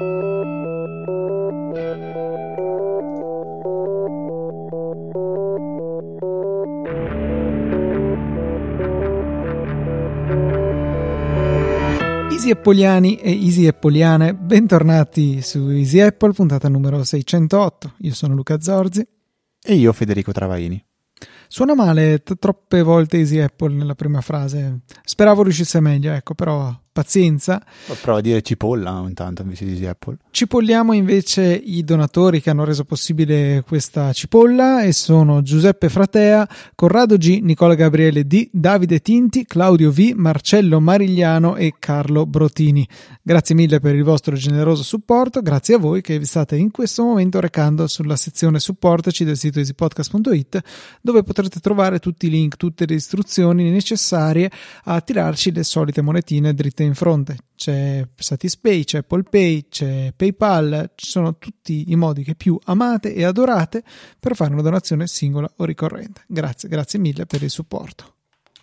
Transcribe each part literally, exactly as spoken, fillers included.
Easy Appoliani e Easy Appoliane, bentornati su Easy Apple, puntata numero seicentotto. Io sono Luca Zorzi. E io Federico Travaini. Suona male t- troppe volte Easy Apple nella prima frase. Speravo riuscisse meglio, ecco, però pazienza. Prova a dire cipolla intanto invece di Easy Apple. Cipolliamo invece i donatori che hanno reso possibile questa cipolla e sono Giuseppe Fratea, Corrado G, Nicola Gabriele D, Davide Tinti, Claudio V, Marcello Marigliano e Carlo Brotini. Grazie mille per il vostro generoso supporto, grazie a voi che vi state in questo momento recando sulla sezione supportaci del sito easypodcast punto it, dove potrete trovare tutti i link, tutte le istruzioni necessarie a tirarci le solite monetine dritte in fronte. C'è Satispay, c'è Apple Pay, c'è PayPal, ci sono tutti i modi che più amate e adorate per fare una donazione singola o ricorrente. Grazie, grazie mille per il supporto.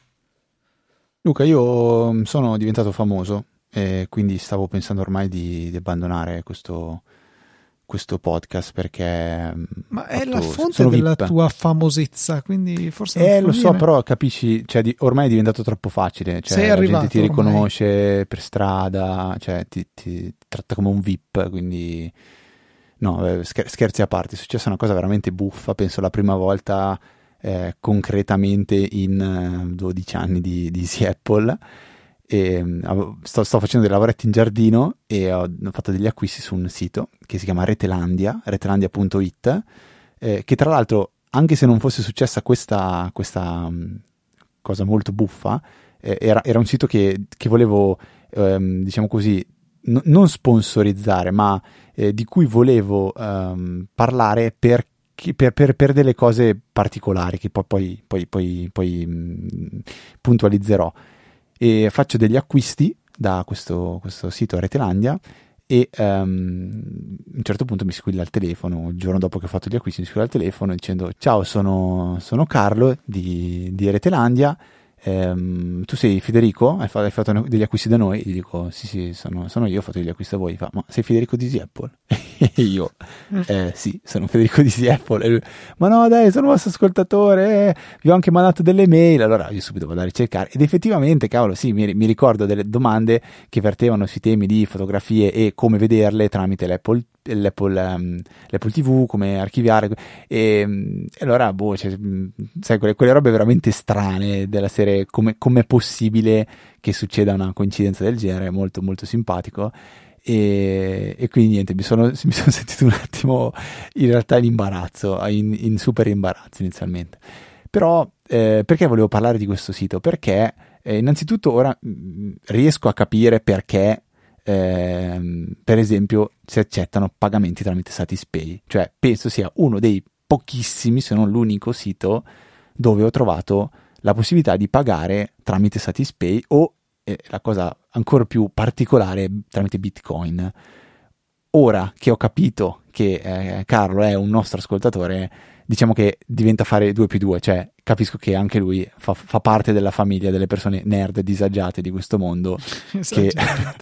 Luca, io sono diventato famoso e quindi stavo pensando ormai di, di abbandonare questo, questo podcast perché... Ma fatto, è la fonte della V I P. tua famosezza, quindi forse... Eh, non lo so, conviene. però capisci, cioè, di, ormai è diventato troppo facile, cioè, Sei la arrivato gente ti ormai. riconosce per strada, cioè ti, ti tratta come un V I P, quindi no, eh, scher- scherzi a parte, è successa una cosa veramente buffa, penso la prima volta eh, concretamente in eh, dodici anni di, di Easy Apple. E, um, sto, sto facendo dei lavoretti in giardino e ho, ho fatto degli acquisti su un sito che si chiama Retelandia, retelandia punto it, eh, che tra l'altro, anche se non fosse successa questa, questa um, cosa molto buffa, eh, era, era un sito che, che volevo, ehm, diciamo così, n- non sponsorizzare, ma eh, di cui volevo ehm, parlare per, per, per, per delle cose particolari che poi, poi, poi, poi, poi mh, puntualizzerò. E faccio degli acquisti da questo, questo sito Retelandia e um, a un certo punto mi squilla il telefono, il giorno dopo che ho fatto gli acquisti mi squilla il telefono dicendo: ciao, sono, sono Carlo di, di Retelandia, ehm, tu sei Federico? Hai fatto, hai fatto degli acquisti da noi? E gli dico: sì sì, sono, sono io, ho fatto degli acquisti da voi. Fa: ma sei Federico di Easy Apple? E io eh, sì, sono Federico di Easy Apple. E lui: ma no dai, sono un vostro ascoltatore, eh, vi ho anche mandato delle mail. Allora io subito vado a ricercare ed effettivamente, cavolo, sì, mi, mi ricordo delle domande che vertevano sui temi di fotografie e come vederle tramite l'Apple, l'Apple, um, l'Apple ti vu, come archiviare e, e allora boh, cioè, sai, quelle, quelle robe veramente strane della serie, come è possibile che succeda una coincidenza del genere, molto molto simpatico. E, e quindi niente, mi sono, mi sono sentito un attimo in realtà in imbarazzo, in, in super imbarazzo inizialmente. Però eh, perché volevo parlare di questo sito? Perché eh, innanzitutto ora mh, riesco a capire perché eh, per esempio si accettano pagamenti tramite Satispay, cioè penso sia uno dei pochissimi, se non l'unico sito dove ho trovato la possibilità di pagare tramite Satispay o la cosa ancora più particolare tramite Bitcoin. Ora che ho capito che eh, Carlo è un nostro ascoltatore, diciamo che diventa fare due più due, cioè capisco che anche lui fa, fa parte della famiglia delle persone nerd disagiate di questo mondo. Che...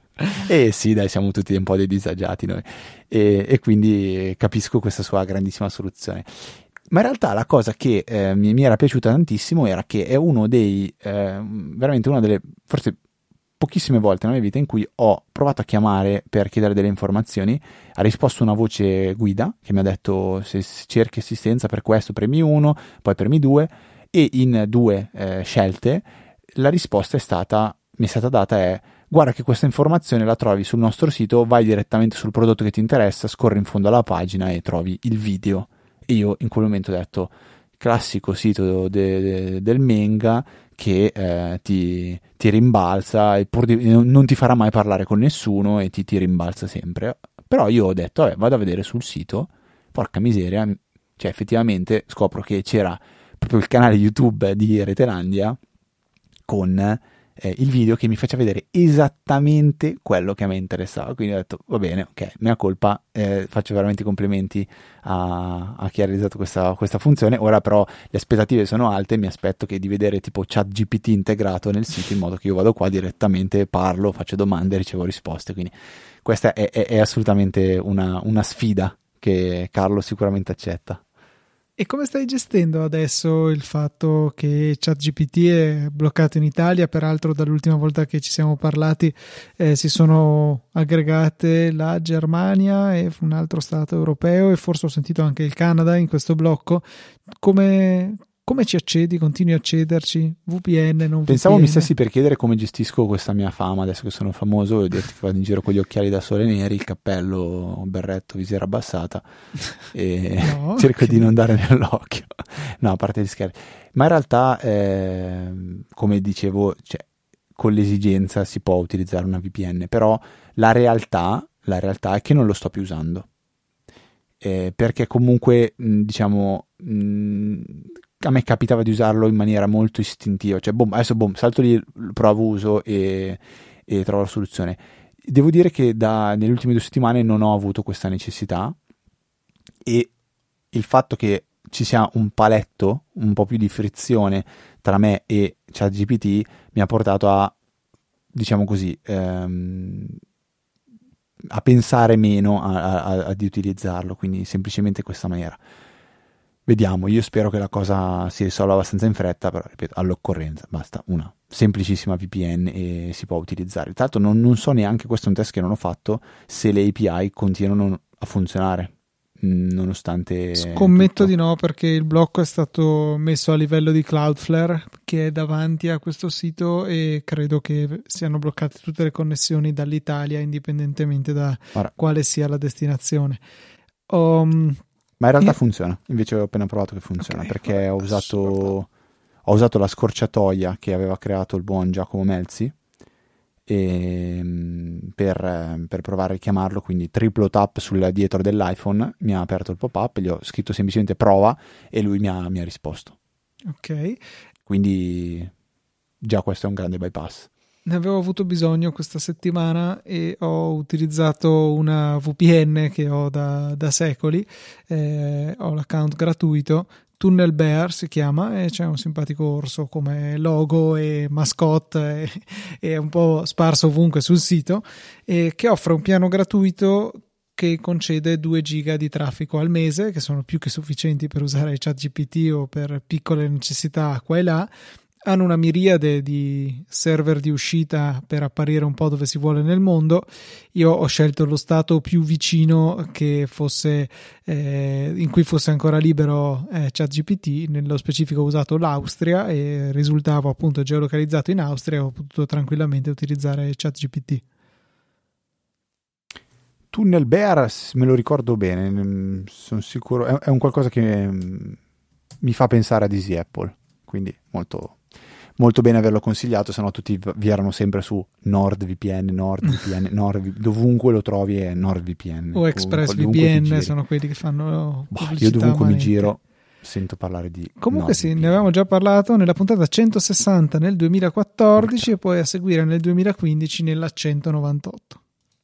e sì, dai, siamo tutti un po' dei disagiati noi, e, e quindi capisco questa sua grandissima soluzione. Ma in realtà la cosa che eh, mi, mi era piaciuta tantissimo era che è uno dei eh, veramente una delle forse pochissime volte nella mia vita in cui ho provato a chiamare per chiedere delle informazioni, ha risposto una voce guida che mi ha detto: se cerchi assistenza per questo premi uno, poi premi due, e in due eh, scelte la risposta è stata, mi è stata data è: guarda che questa informazione la trovi sul nostro sito, vai direttamente sul prodotto che ti interessa, scorri in fondo alla pagina e trovi il video. E io in quel momento ho detto: classico sito de, de, del Menga che eh, ti, ti rimbalza e pur di, non ti farà mai parlare con nessuno e ti, ti rimbalza sempre. Però io ho detto: vabbè, vado a vedere sul sito, porca miseria, cioè effettivamente scopro che c'era proprio il canale YouTube di Retelandia con eh, il video che mi faceva vedere esattamente quello che a me interessava, quindi ho detto va bene, ok, mia colpa, eh, faccio veramente i complimenti a, a chi ha realizzato questa, questa funzione. Ora però le aspettative sono alte, mi aspetto che di vedere tipo ChatGPT integrato nel sito, in modo che io vado qua direttamente, parlo, faccio domande, ricevo risposte, quindi questa è, è, è assolutamente una, una sfida che Carlo sicuramente accetta. E come stai gestendo adesso il fatto che ChatGPT è bloccato in Italia? Peraltro dall'ultima volta che ci siamo parlati eh, si sono aggregate la Germania e un altro stato europeo, e forse ho sentito anche il Canada in questo blocco. Come, come ci accedi? Continui a accederci? V P N, non Pensavo V P N? mi stessi per chiedere come gestisco questa mia fama adesso che sono famoso e dirti che vado in giro con gli occhiali da sole neri, il cappello, berretto, visiera abbassata e No, cerco okay. di non dare nell'occhio. No, a parte gli scherzi. Ma in realtà, eh, come dicevo, cioè, con l'esigenza si può utilizzare una V P N, però la realtà, la realtà è che non lo sto più usando. Eh, perché comunque, mh, diciamo... Mh, a me capitava di usarlo in maniera molto istintiva, cioè boom, adesso boom, salto lì, provo, uso e, e trovo la soluzione. Devo dire che da, nelle ultime due settimane non ho avuto questa necessità, e il fatto che ci sia un paletto, un po' più di frizione tra me e ChatGPT mi ha portato a, diciamo così, ehm, a pensare meno a, a, a di utilizzarlo, quindi semplicemente in questa maniera. Vediamo, io spero che la cosa si risolva abbastanza in fretta, però ripeto, all'occorrenza basta una semplicissima V P N e si può utilizzare. Tra l'altro non, non so neanche, questo è un test che non ho fatto, se le A P I continuano a funzionare, nonostante Scommetto tutto. di no, perché il blocco è stato messo a livello di Cloudflare, che è davanti a questo sito, e credo che siano bloccate tutte le connessioni dall'Italia, indipendentemente da Ora, quale sia la destinazione. Um, ma in realtà e... funziona, invece ho appena provato che funziona, okay, perché vabbè, ho usato, ho usato la scorciatoia che aveva creato il buon Giacomo Melzi e, per, per provare a chiamarlo, quindi triplo tap sul dietro dell'iPhone, mi ha aperto il pop-up, gli ho scritto semplicemente prova e lui mi ha, mi ha risposto. Ok. Quindi già questo è un grande bypass. Ne avevo avuto bisogno questa settimana e ho utilizzato una V P N che ho da, da secoli, eh, ho l'account gratuito, TunnelBear si chiama, e c'è un simpatico orso come logo e mascotte, e è un po' sparso ovunque sul sito, e che offre un piano gratuito che concede due giga di traffico al mese, che sono più che sufficienti per usare ChatGPT o per piccole necessità qua e là. Hanno una miriade di server di uscita per apparire un po' dove si vuole nel mondo. Io ho scelto lo stato più vicino che fosse eh, in cui fosse ancora libero eh, ChatGPT. Nello specifico ho usato l'Austria e risultavo appunto geolocalizzato in Austria, e ho potuto tranquillamente utilizzare ChatGPT. TunnelBear me lo ricordo bene, sono sicuro, è, è un qualcosa che mi fa pensare ad Easy Apple, quindi molto molto bene averlo consigliato, se no tutti vi erano sempre su NordVPN, NordVPN, Nord, dovunque lo trovi è NordVPN. O ExpressVPN, sono quelli che fanno boh, io dovunque manette. mi giro sento parlare di comunque sì, NordVPN. Ne avevamo già parlato nella puntata centosessanta nel duemilaquattordici, Porca. E poi a seguire nel duemilaquindici nella centonovantotto.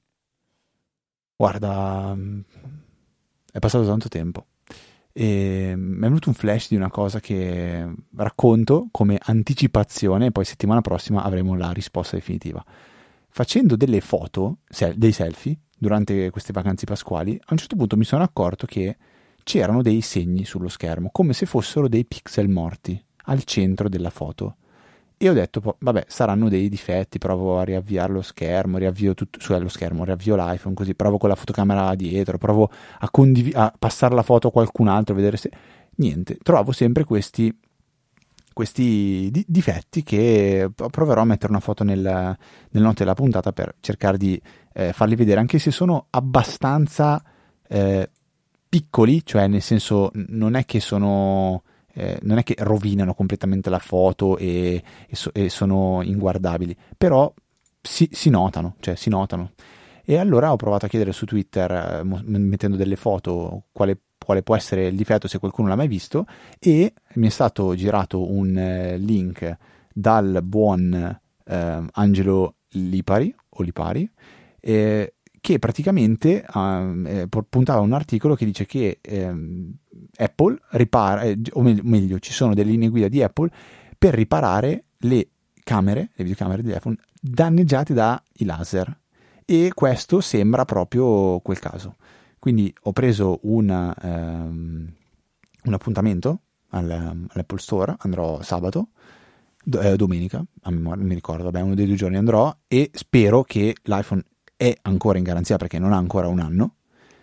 Guarda, è passato tanto tempo e mi è venuto un flash di una cosa che racconto come anticipazione, e poi settimana prossima avremo la risposta definitiva. Facendo delle foto, dei selfie durante queste vacanze pasquali, a un certo punto mi sono accorto che c'erano dei segni sullo schermo, come se fossero dei pixel morti al centro della foto, e ho detto vabbè, saranno dei difetti, provo a riavviare lo schermo, riavvio tutto sullo schermo, riavvio l'iPhone, così provo con la fotocamera dietro, provo a, condiv- a passare la foto a qualcun altro, vedere se niente, trovo sempre questi questi di- difetti che proverò a mettere una foto nel, nel note della puntata per cercare di eh, farli vedere, anche se sono abbastanza eh, piccoli, cioè nel senso non è che sono Eh, non è che rovinano completamente la foto e, e, so, e sono inguardabili, però si, si notano, cioè si notano. E allora ho provato a chiedere su Twitter, eh, mettendo delle foto, quale, quale può essere il difetto, se qualcuno l'ha mai visto, e mi è stato girato un eh, link dal buon eh, Angelo Lipari o Lipari, eh, che praticamente eh, puntava un articolo che dice che eh, Apple ripara, eh, o meglio, ci sono delle linee guida di Apple per riparare le camere, le videocamere di iPhone danneggiate dai laser, e questo sembra proprio quel caso. Quindi ho preso una, um, un appuntamento al, all'Apple Store, andrò sabato, do, eh, domenica, a memoria, non mi ricordo, vabbè, uno dei due giorni andrò, e spero che l'iPhone è ancora in garanzia perché non ha ancora un anno.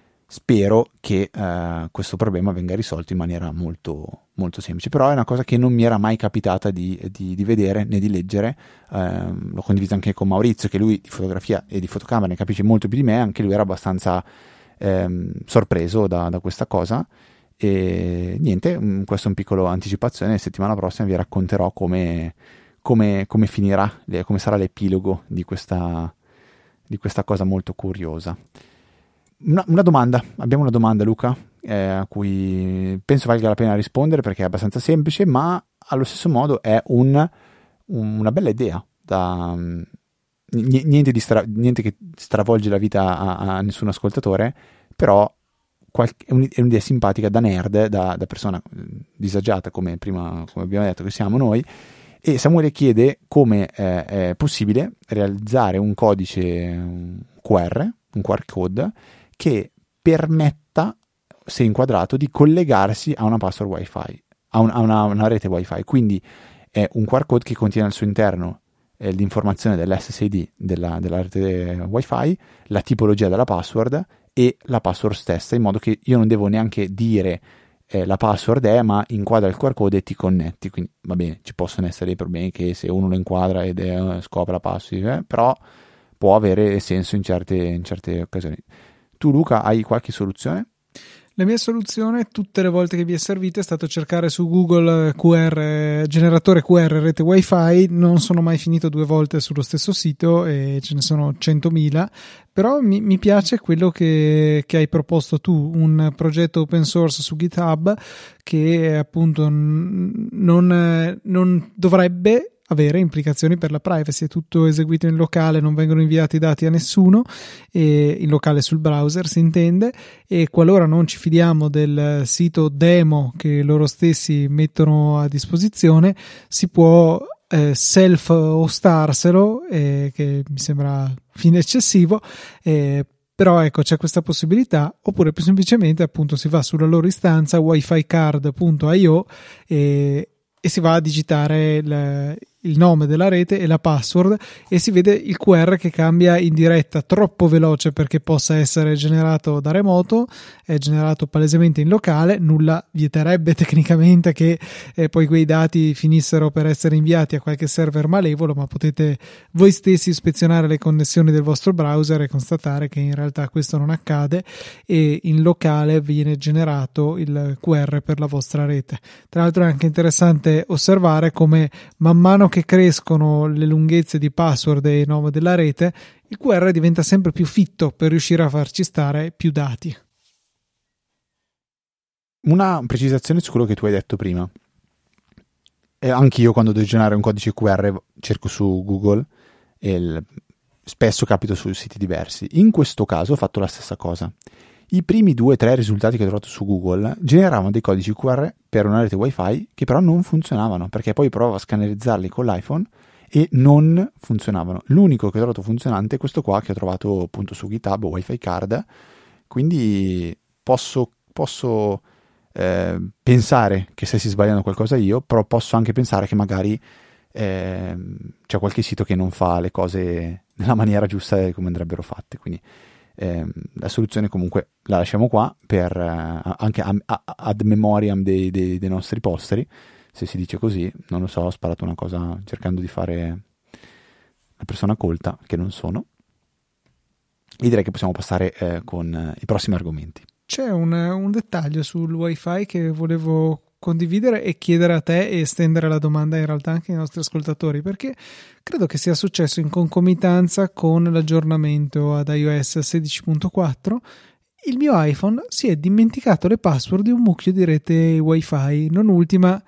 Spero che uh, questo problema venga risolto in maniera molto, molto semplice, però è una cosa che non mi era mai capitata di, di, di vedere né di leggere. Uh, l'ho condiviso anche con Maurizio, che lui di fotografia e di fotocamera ne capisce molto più di me, anche lui era abbastanza um, sorpreso da, da questa cosa. E niente, um, questa è un piccolo anticipazione. Settimana prossima vi racconterò come, come, come finirà, come sarà l'epilogo di questa, di questa cosa molto curiosa. Una, una domanda, abbiamo una domanda, Luca, eh, a cui penso valga la pena rispondere perché è abbastanza semplice, ma allo stesso modo è un, un, una bella idea, da, n- niente, di stra- niente che stravolge la vita a, a nessun ascoltatore, però qualche, è, un, è un'idea simpatica da nerd, da, da persona disagiata come prima, come abbiamo detto che siamo noi. E Samuele chiede come eh, è possibile realizzare un codice un Q R, un Q R code, che permetta, se inquadrato, di collegarsi a una password Wi-Fi, a, un, a una, una rete Wi-Fi. Quindi è un Q R code che contiene al suo interno eh, l'informazione dell'S S I D della, della rete Wi-Fi, la tipologia della password e la password stessa, in modo che io non devo neanche dire eh, la password è, ma inquadra il Q R code e ti connetti. Quindi va bene, ci possono essere dei problemi che se uno lo inquadra ed è, scopre la password, eh, però può avere senso in certe, in certe occasioni. Tu, Luca, hai qualche soluzione? La mia soluzione tutte le volte che vi è servita è stato cercare su Google Q R, generatore Q R rete Wi-Fi. Non sono mai finito due volte sullo stesso sito e ce ne sono centomila, però mi, mi piace quello che, che hai proposto tu, un progetto open source su GitHub che appunto non, non dovrebbe avere implicazioni per la privacy. È tutto eseguito in locale, non vengono inviati dati a nessuno, e in locale sul browser si intende, e qualora non ci fidiamo del sito demo che loro stessi mettono a disposizione, si può eh, self-hostarselo, eh, che mi sembra fine eccessivo, eh, però ecco, c'è questa possibilità. Oppure più semplicemente appunto si va sulla loro istanza wifi card punto io e e si va a digitare il, il nome della rete e la password, e si vede il Q R che cambia in diretta, troppo veloce perché possa essere generato da remoto, è generato palesemente in locale. Nulla vieterebbe tecnicamente che eh, poi quei dati finissero per essere inviati a qualche server malevolo, ma potete voi stessi ispezionare le connessioni del vostro browser e constatare che in realtà questo non accade, e in locale viene generato il Q R per la vostra rete. Tra l'altro è anche interessante osservare come man mano che crescono le lunghezze di password e nome della rete, il Q R diventa sempre più fitto per riuscire a farci stare più dati. Una precisazione su quello che tu hai detto prima. E anche io quando devo generare un codice Q R cerco su Google e il... spesso capito su siti diversi. In questo caso ho fatto la stessa cosa. I primi due o tre risultati che ho trovato su Google generavano dei codici Q R per una rete Wi-Fi che però non funzionavano, perché poi provavo a scannerizzarli con l'iPhone e non funzionavano. L'unico che ho trovato funzionante è questo qua che ho trovato appunto su GitHub, Wi-Fi Card. Quindi posso, posso eh, pensare che stessi sbagliando qualcosa io, però posso anche pensare che magari eh, c'è qualche sito che non fa le cose nella maniera giusta e come andrebbero fatte. Quindi Eh, la soluzione comunque la lasciamo qua per eh, anche a, a, ad memoriam dei, dei, dei nostri posteri, se si dice così. Non lo so, ho sparato una cosa cercando di fare la persona colta che non sono, e direi che possiamo passare eh, con eh, i prossimi argomenti. C'è un, un dettaglio sul Wi-Fi che volevo condividere e chiedere a te, e estendere la domanda in realtà anche ai nostri ascoltatori, perché credo che sia successo in concomitanza con l'aggiornamento ad iOS sedici punto quattro. Il mio iPhone si è dimenticato le password di un mucchio di rete Wi-Fi, non ultima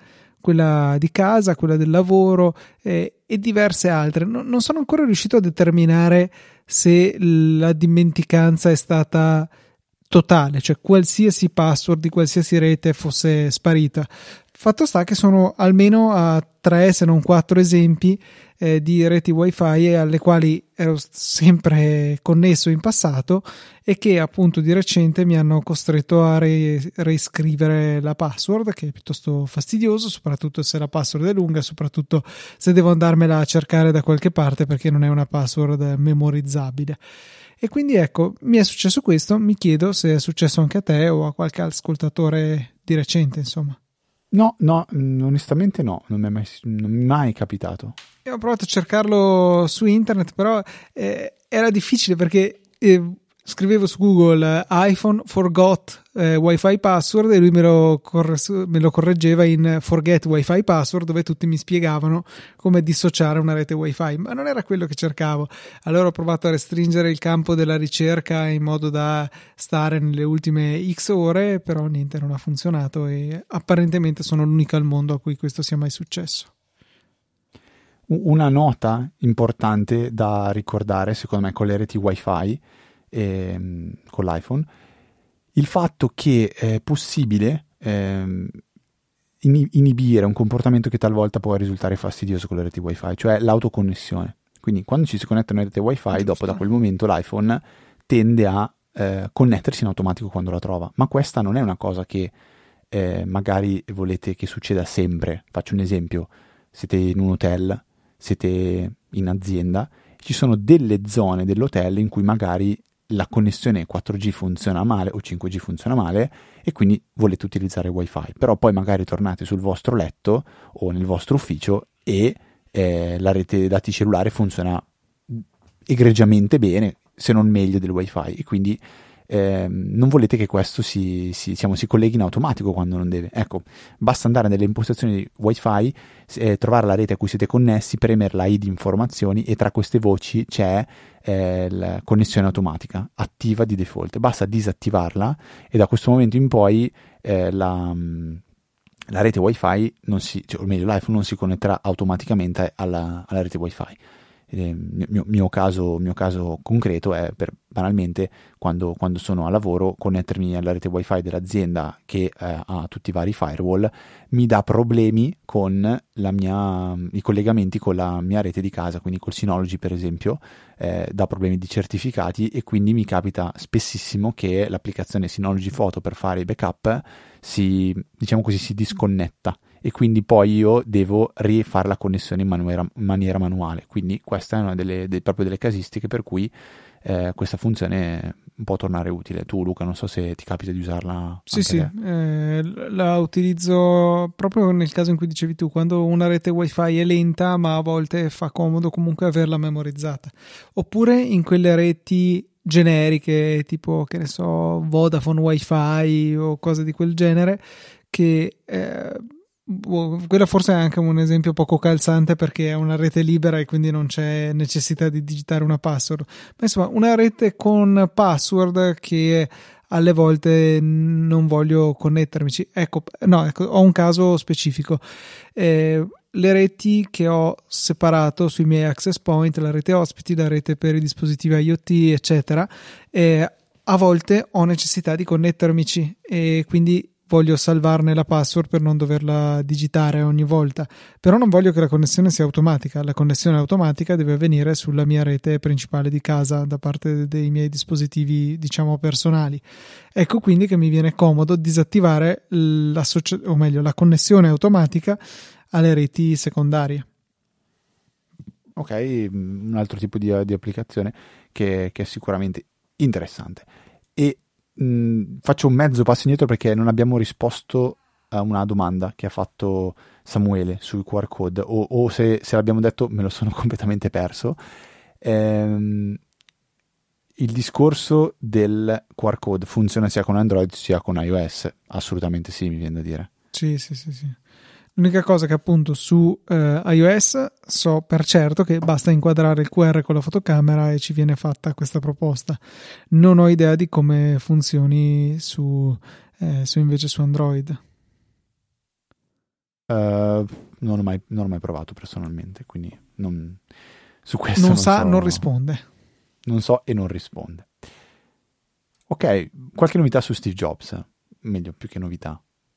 quella di casa, quella del lavoro eh, e diverse altre. No, non sono ancora riuscito a determinare se la dimenticanza è stata totale, cioè qualsiasi password di qualsiasi rete fosse sparita. Fatto sta che sono almeno a tre se non quattro esempi eh, di reti wifi alle quali ero sempre connesso in passato e che appunto di recente mi hanno costretto a re- riscrivere la password, che è piuttosto fastidioso, soprattutto se la password è lunga, soprattutto se devo andarmela a cercare da qualche parte perché non è una password memorizzabile. E quindi ecco, mi è successo questo, mi chiedo se è successo anche a te o a qualche ascoltatore di recente, insomma. No, no, onestamente no, non mi è mai, non mi è mai capitato. Io ho provato a cercarlo su internet, però eh, era difficile perché eh, scrivevo su Google uh, iPhone forgot eh, Wi-Fi password e lui me lo, corre- me lo correggeva in forget Wi-Fi password, dove tutti mi spiegavano come dissociare una rete Wi-Fi, ma non era quello che cercavo. Allora ho provato a restringere il campo della ricerca in modo da stare nelle ultime X ore, però niente, non ha funzionato e apparentemente sono l'unico al mondo a cui questo sia mai successo. Una nota importante da ricordare, secondo me, con le reti Wi-Fi, ehm, con l'iPhone, il fatto che è possibile ehm, inibire un comportamento che talvolta può risultare fastidioso con le reti Wi-Fi, cioè l'autoconnessione. Quindi quando ci si connette a una rete Wi-Fi, Giusto. Dopo da quel momento l'iPhone tende a eh, connettersi in automatico quando la trova, ma questa non è una cosa che eh, magari volete che succeda sempre. Faccio un esempio: siete in un hotel, siete in azienda, ci sono delle zone dell'hotel in cui magari la connessione quattro G funziona male o cinque G funziona male e quindi volete utilizzare Wi-Fi, però poi magari tornate sul vostro letto o nel vostro ufficio e eh, la rete dati cellulare funziona egregiamente bene, se non meglio del Wi-Fi, e quindi eh, non volete che questo si, si, diciamo, si colleghi in automatico quando non deve. Ecco, basta andare nelle impostazioni di Wi-Fi, eh, trovare la rete a cui siete connessi, premere la I D informazioni e tra queste voci c'è eh, la connessione automatica attiva di default. Basta disattivarla e da questo momento in poi eh, la, la rete Wi-Fi non si, cioè, o meglio l'iPhone non si connetterà automaticamente alla, alla rete Wi-Fi. Il mio, mio, caso, mio caso concreto è per banalmente quando, quando sono a lavoro, connettermi alla rete Wi-Fi dell'azienda che eh, ha tutti i vari firewall mi dà problemi con la mia, i collegamenti con la mia rete di casa, quindi col Synology per esempio, eh, dà problemi di certificati e quindi mi capita spessissimo che l'applicazione Synology Photo per fare i backup si, diciamo così, si disconnetta e quindi poi io devo rifare la connessione in maniera, in maniera manuale. Quindi questa è una delle, delle, proprio delle casistiche per cui eh, questa funzione può tornare utile. Tu Luca, non so se ti capita di usarla. Sì, sì, eh, la utilizzo proprio nel caso in cui dicevi tu, quando una rete Wi-Fi è lenta ma a volte fa comodo comunque averla memorizzata. Oppure in quelle reti generiche tipo, che ne so, Vodafone Wi-Fi o cose di quel genere che... Eh, quella forse è anche un esempio poco calzante perché è una rete libera e quindi non c'è necessità di digitare una password, ma insomma una rete con password che alle volte non voglio connettermici. Ecco, no, ecco, ho un caso specifico. Eh, le reti che ho separato sui miei access point, la rete ospiti, la rete per i dispositivi IoT, eccetera, eh, a volte ho necessità di connettermici e quindi voglio salvarne la password per non doverla digitare ogni volta, però non voglio che la connessione sia automatica. La connessione automatica deve avvenire sulla mia rete principale di casa da parte dei miei dispositivi, diciamo, personali. Ecco quindi che mi viene comodo disattivare o meglio la connessione automatica alle reti secondarie. Ok, un altro tipo di, di applicazione che, che è sicuramente interessante. E Mm, faccio un mezzo passo indietro perché non abbiamo risposto a una domanda che ha fatto Samuele sui Q R code o, o se, se l'abbiamo detto me lo sono completamente perso. Ehm, il discorso del Q R code funziona sia con Android sia con iOS? Assolutamente sì, mi viene da dire. Sì, sì, sì, sì. L'unica cosa che appunto su eh, iOS so per certo che basta inquadrare il Q R con la fotocamera e ci viene fatta questa proposta. Non ho idea di come funzioni su, eh, su invece su Android. Uh, non, ho mai, non ho mai provato personalmente, quindi non, su questo non, non sa, so, non risponde. Non so e non risponde. Ok, qualche novità su Steve Jobs? Meglio, più che novità.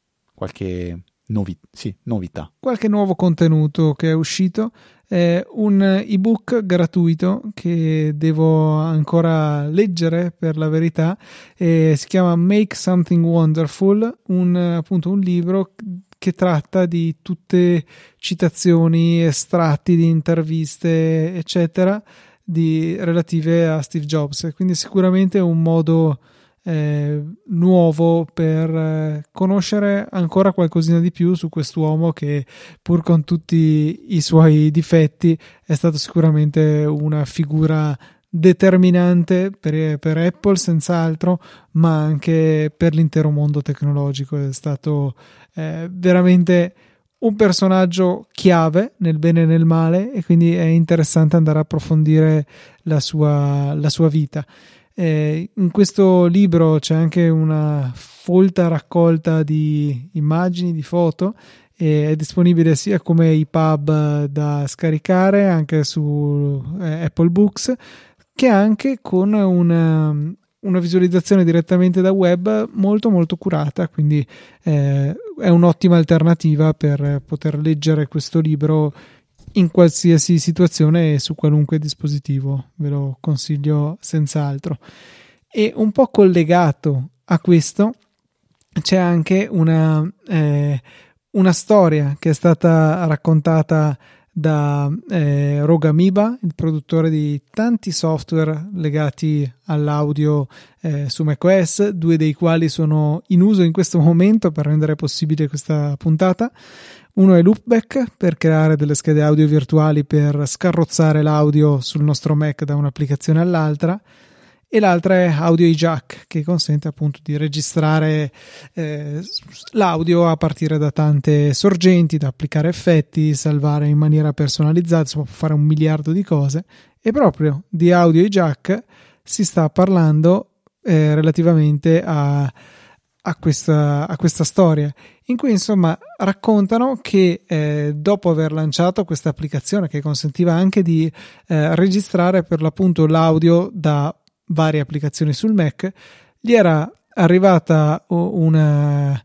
Qualche novi- sì, novità. Qualche nuovo contenuto che è uscito. È un ebook gratuito che devo ancora leggere, per la verità. E si chiama Make Something Wonderful, un, appunto un libro che tratta di tutte citazioni, estratti di interviste, eccetera, di, relative a Steve Jobs. Quindi sicuramente è un modo eh, nuovo per eh, conoscere ancora qualcosina di più su quest'uomo che, pur con tutti i suoi difetti, è stato sicuramente una figura determinante per, per Apple senz'altro, ma anche per l'intero mondo tecnologico. È stato eh, veramente un personaggio chiave nel bene e nel male, e quindi è interessante andare a approfondire la sua, la sua vita. Eh, in questo libro c'è anche una folta raccolta di immagini, di foto, e è disponibile sia come E P U B da scaricare anche su eh, Apple Books, che anche con una, una visualizzazione direttamente da web molto molto curata, quindi eh, è un'ottima alternativa per poter leggere questo libro in qualsiasi situazione e su qualunque dispositivo. Ve lo consiglio senz'altro. E un po' collegato a questo c'è anche una, eh, una storia che è stata raccontata da eh, Rogue Amoeba, il produttore di tanti software legati all'audio eh, su macOS, due dei quali sono in uso in questo momento per rendere possibile questa puntata. Uno è Loopback, per creare delle schede audio virtuali per scarrozzare l'audio sul nostro Mac da un'applicazione all'altra, e l'altra è Audio Jack, che consente appunto di registrare eh, l'audio a partire da tante sorgenti, da applicare effetti, salvare in maniera personalizzata, insomma può fare un miliardo di cose. E proprio di Audio Jack si sta parlando eh, relativamente a, a, questa, a questa storia, in cui insomma raccontano che eh, dopo aver lanciato questa applicazione che consentiva anche di eh, registrare per l'appunto l'audio da varie applicazioni sul Mac, gli era arrivata una,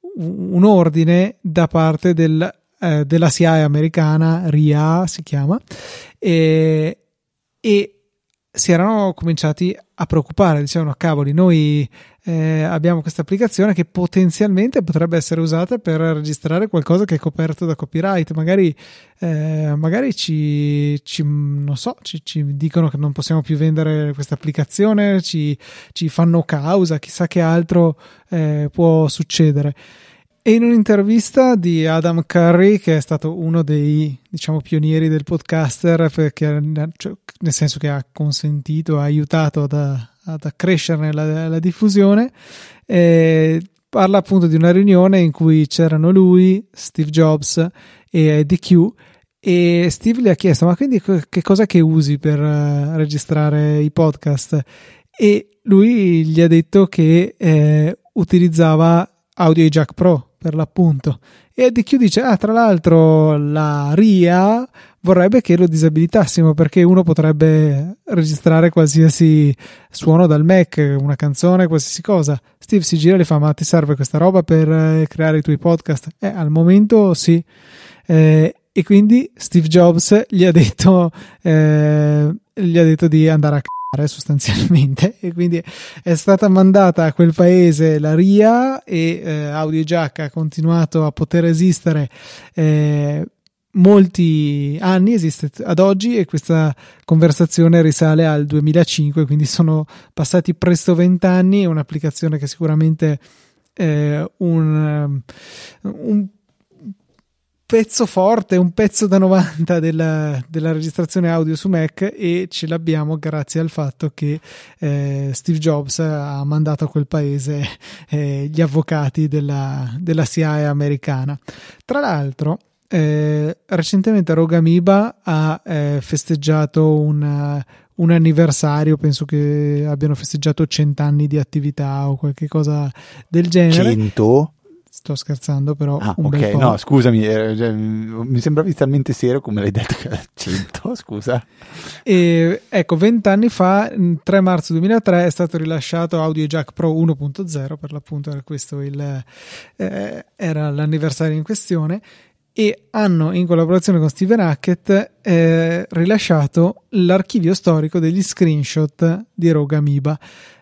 un ordine da parte del, eh, della C I A americana, R I A si chiama, e, e si erano cominciati a preoccupare, dicevano cavoli, noi eh, abbiamo questa applicazione che potenzialmente potrebbe essere usata per registrare qualcosa che è coperto da copyright, magari, eh, magari ci, ci non so, ci, ci dicono che non possiamo più vendere questa applicazione, ci, ci fanno causa, chissà che altro eh, può succedere. E in un'intervista di Adam Curry, che è stato uno dei, diciamo, pionieri del podcaster, perché, cioè, nel senso che ha consentito, ha aiutato ad, ad accrescerne la, la diffusione, eh, parla appunto di una riunione in cui c'erano lui, Steve Jobs e D Q, e Steve gli ha chiesto: ma quindi che cosa che usi per uh, registrare i podcast? E lui gli ha detto che eh, utilizzava Audio Jack Pro, per l'appunto. E D Q dice: ah, tra l'altro la R I A vorrebbe che lo disabilitassimo, perché uno potrebbe registrare qualsiasi suono dal Mac, una canzone, qualsiasi cosa. Steve si gira e gli fa: ma ti serve questa roba per creare i tuoi podcast? Eh, al momento sì. Eh, e quindi Steve Jobs gli ha detto eh, gli ha detto di andare a c***are sostanzialmente, e quindi è stata mandata a quel paese la R I A, e eh, Audio Jack ha continuato a poter esistere eh, molti anni, esiste ad oggi, e questa conversazione risale al duemilacinque, quindi sono passati presto vent'anni. È un'applicazione che sicuramente è un, un pezzo forte, un pezzo da novanta della, della registrazione audio su Mac, e ce l'abbiamo grazie al fatto che eh, Steve Jobs ha mandato a quel paese eh, gli avvocati della, della C I A americana. Tra l'altro eh, recentemente Rogue Amoeba ha eh, festeggiato un, un anniversario, penso che abbiano festeggiato cent'anni di attività o qualche cosa del genere. cento? sto scherzando, però ah, un ok, bel po'. no, scusami, eh, cioè, mi sembravi talmente serio come l'hai detto che era cento, scusa. E ecco, vent'anni fa, tre marzo duemilatré, è stato rilasciato Audio Jack Pro uno punto zero, per l'appunto era questo il eh, era l'anniversario in questione, e hanno, in collaborazione con Stephen Hackett, eh, rilasciato l'archivio storico degli screenshot di Rogue Amoeba.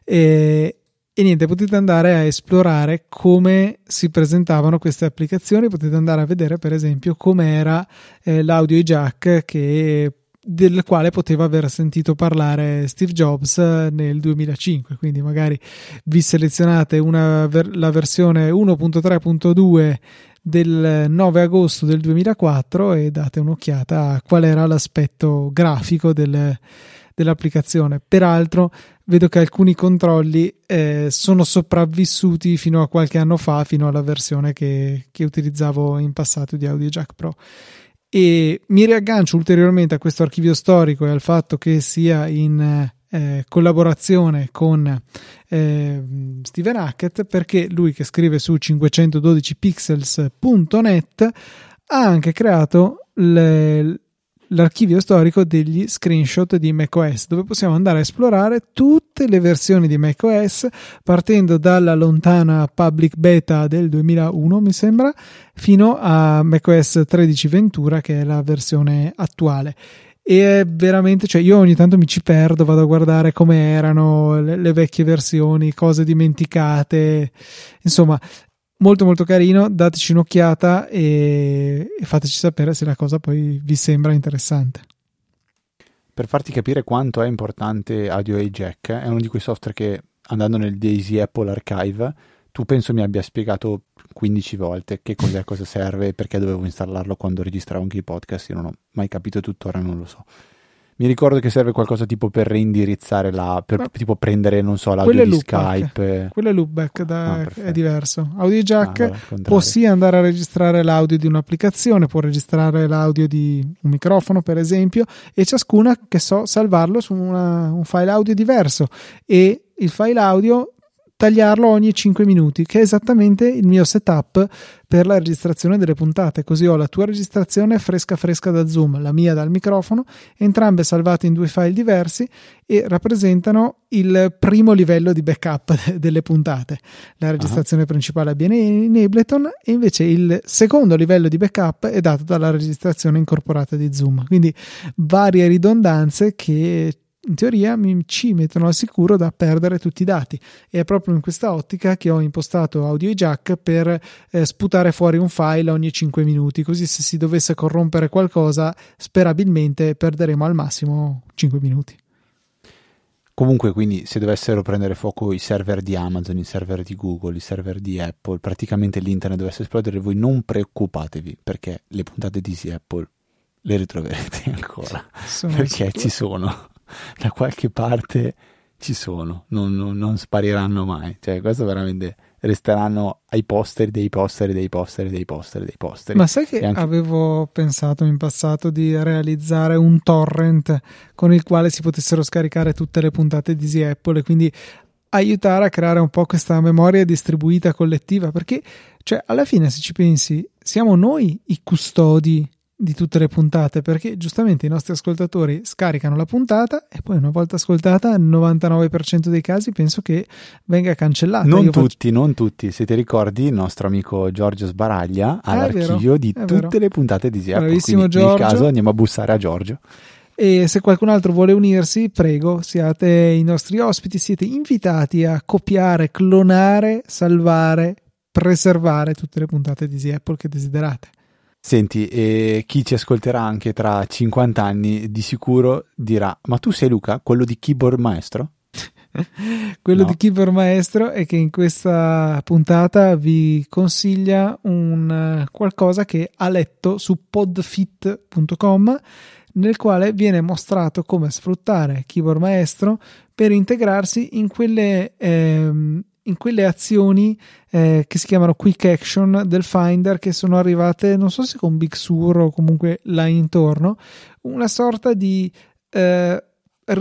E, e niente, potete andare a esplorare come si presentavano queste applicazioni, potete andare a vedere per esempio com'era eh, l'audio jack che del quale poteva aver sentito parlare Steve Jobs nel duemilacinque, quindi magari vi selezionate una, la versione uno punto tre punto due del nove agosto del duemilaquattro e date un'occhiata a qual era l'aspetto grafico del, dell'applicazione. Peraltro vedo che alcuni controlli eh, sono sopravvissuti fino a qualche anno fa, fino alla versione che, che utilizzavo in passato di Audio Jack Pro. E mi riaggancio ulteriormente a questo archivio storico e al fatto che sia in eh, collaborazione con eh, Stephen Hackett, perché lui, che scrive su cinquecentododici pixels punto net, ha anche creato le, l'archivio storico degli screenshot di macOS, dove possiamo andare a esplorare tutte le versioni di macOS, partendo dalla lontana public beta del duemilauno, mi sembra, fino a macOS tredici Ventura, che è la versione attuale. E è veramente, cioè io ogni tanto mi ci perdo, vado a guardare come erano le, le vecchie versioni, cose dimenticate, insomma molto molto carino. Dateci un'occhiata e, e fateci sapere se la cosa poi vi sembra interessante. Per farti capire quanto è importante Audio Jack, è uno di quei software che, andando nel Daisy Apple Archive, tu penso mi abbia spiegato quindici volte che cos'è, cosa serve e perché dovevo installarlo quando registravo anche i podcast. Io non ho mai capito, tuttora non lo so. Mi ricordo che serve qualcosa tipo per reindirizzare la, per tipo prendere, non so, l'audio di Skype. Quello è loopback, da, ah, è diverso. Audio Jack ah, allora, può sì andare a registrare l'audio di un'applicazione, può registrare l'audio di un microfono per esempio, e ciascuna, che so, salvarlo su una, un file audio diverso, e il file audio tagliarlo ogni cinque minuti, che è esattamente il mio setup per la registrazione delle puntate. Così ho la tua registrazione fresca fresca da Zoom, la mia dal microfono, entrambe salvate in due file diversi, e rappresentano il primo livello di backup delle puntate. La registrazione uh-huh. principale avviene in Ableton, e invece il secondo livello di backup è dato dalla registrazione incorporata di Zoom. Quindi varie ridondanze che in teoria mi ci mettono al sicuro da perdere tutti i dati, e è proprio in questa ottica che ho impostato Audio Jack per eh, sputare fuori un file ogni cinque minuti, così se si dovesse corrompere qualcosa sperabilmente perderemo al massimo cinque minuti. Comunque, quindi, se dovessero prendere fuoco i server di Amazon, i server di Google, i server di Apple, praticamente l'internet dovesse esplodere, voi non preoccupatevi, perché le puntate di Easy Apple le ritroverete ancora, sono perché sicuro. Ci sono. Da qualche parte ci sono, non, non, non spariranno mai, cioè questo veramente resteranno ai posteri dei posteri dei posteri dei posteri dei posteri. Ma sai che anche... avevo pensato in passato di realizzare un torrent con il quale si potessero scaricare tutte le puntate di Easy Apple, e quindi aiutare a creare un po' questa memoria distribuita collettiva, perché cioè alla fine, se ci pensi, siamo noi i custodi di tutte le puntate, perché giustamente i nostri ascoltatori scaricano la puntata e poi, una volta ascoltata, il novantanove per cento dei casi penso che venga cancellata. Non Io tutti, faccio... non tutti. Se ti ricordi, il nostro amico Giorgio Sbaraglia ha ah, l'archivio di tutte vero. le puntate di Easy Apple. Bravissimo Quindi Giorgio. Nel caso andiamo a bussare a Giorgio. E se qualcun altro vuole unirsi, prego, siate i nostri ospiti, siete invitati a copiare, clonare, salvare, preservare tutte le puntate di Easy Apple che desiderate. Senti, e chi ci ascolterà anche tra cinquanta anni di sicuro dirà: ma tu sei Luca, quello di Keyboard Maestro? Quello no. di Keyboard Maestro è che in questa puntata vi consiglia un qualcosa che ha letto su podfit punto com, nel quale viene mostrato come sfruttare Keyboard Maestro per integrarsi in quelle ehm, in quelle azioni eh, che si chiamano quick action del Finder, che sono arrivate, non so se con Big Sur o comunque là intorno, una sorta di eh,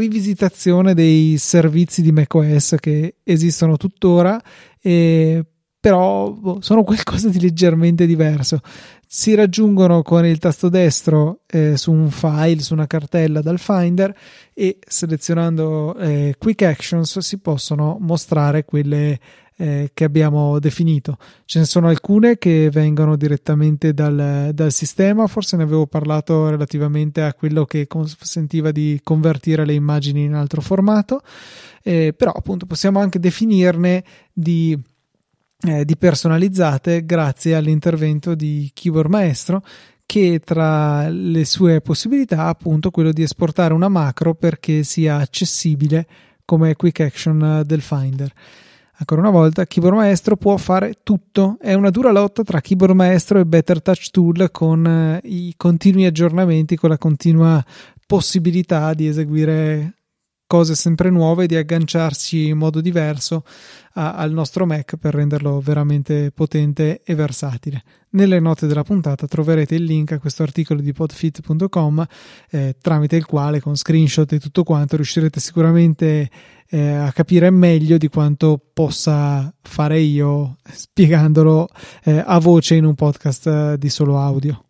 rivisitazione dei servizi di macOS che esistono tuttora, e però boh, sono qualcosa di leggermente diverso. Si raggiungono con il tasto destro eh, su un file, su una cartella dal Finder, e selezionando eh, Quick Actions si possono mostrare quelle eh, che abbiamo definito. Ce ne sono alcune che vengono direttamente dal, dal sistema, forse ne avevo parlato relativamente a quello che consentiva di convertire le immagini in altro formato, eh, però appunto possiamo anche definirne di Eh, di personalizzate grazie all'intervento di Keyboard Maestro, che tra le sue possibilità ha appunto quello di esportare una macro perché sia accessibile come quick action del Finder. Ancora una volta, Keyboard Maestro può fare tutto, è una dura lotta tra Keyboard Maestro e Better Touch Tool, con eh, i continui aggiornamenti, con la continua possibilità di eseguire cose sempre nuove, di agganciarci in modo diverso a, al nostro Mac per renderlo veramente potente e versatile. Nelle note della puntata troverete il link a questo articolo di podfit punto com, eh, tramite il quale, con screenshot e tutto quanto, riuscirete sicuramente eh, a capire meglio di quanto possa fare io spiegandolo eh, a voce in un podcast eh, di solo audio.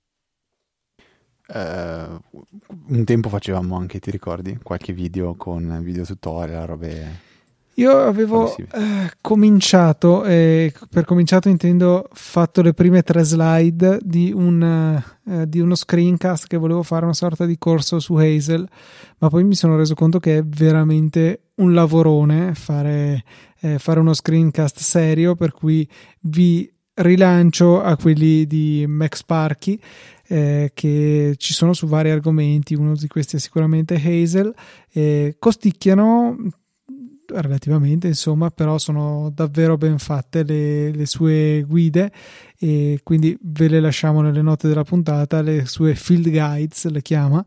Uh, un tempo facevamo anche, ti ricordi, qualche video con video tutorial, robe. Io avevo eh, cominciato, eh, per cominciato intendo fatto le prime tre slide di, un, eh, di uno screencast che volevo fare, una sorta di corso su Hazel, ma poi mi sono reso conto che è veramente un lavorone fare, eh, fare uno screencast serio, per cui vi rilancio a quelli di MacSparky, eh, che ci sono su vari argomenti. Uno di questi è sicuramente Hazel, eh, costicchiano relativamente, insomma, però sono davvero ben fatte le, le sue guide, e quindi ve le lasciamo nelle note della puntata, le sue field guides le chiama,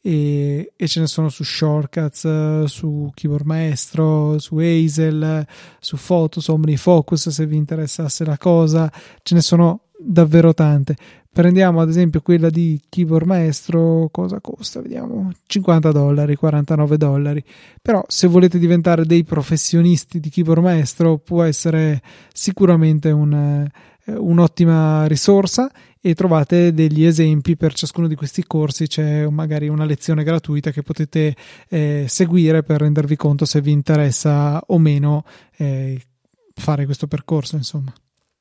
e, e ce ne sono su Shortcuts, su Keyboard Maestro, su Hazel, su Photos, OmniFocus se vi interessasse la cosa. Ce ne sono davvero tante. Prendiamo ad esempio quella di Keyboard Maestro, cosa costa? Vediamo, cinquanta dollari, quarantanove dollari. Però se volete diventare dei professionisti di Keyboard Maestro può essere sicuramente un, un'ottima risorsa, e trovate degli esempi per ciascuno di questi corsi. C'è magari una lezione gratuita che potete eh, seguire per rendervi conto se vi interessa o meno eh, fare questo percorso, insomma.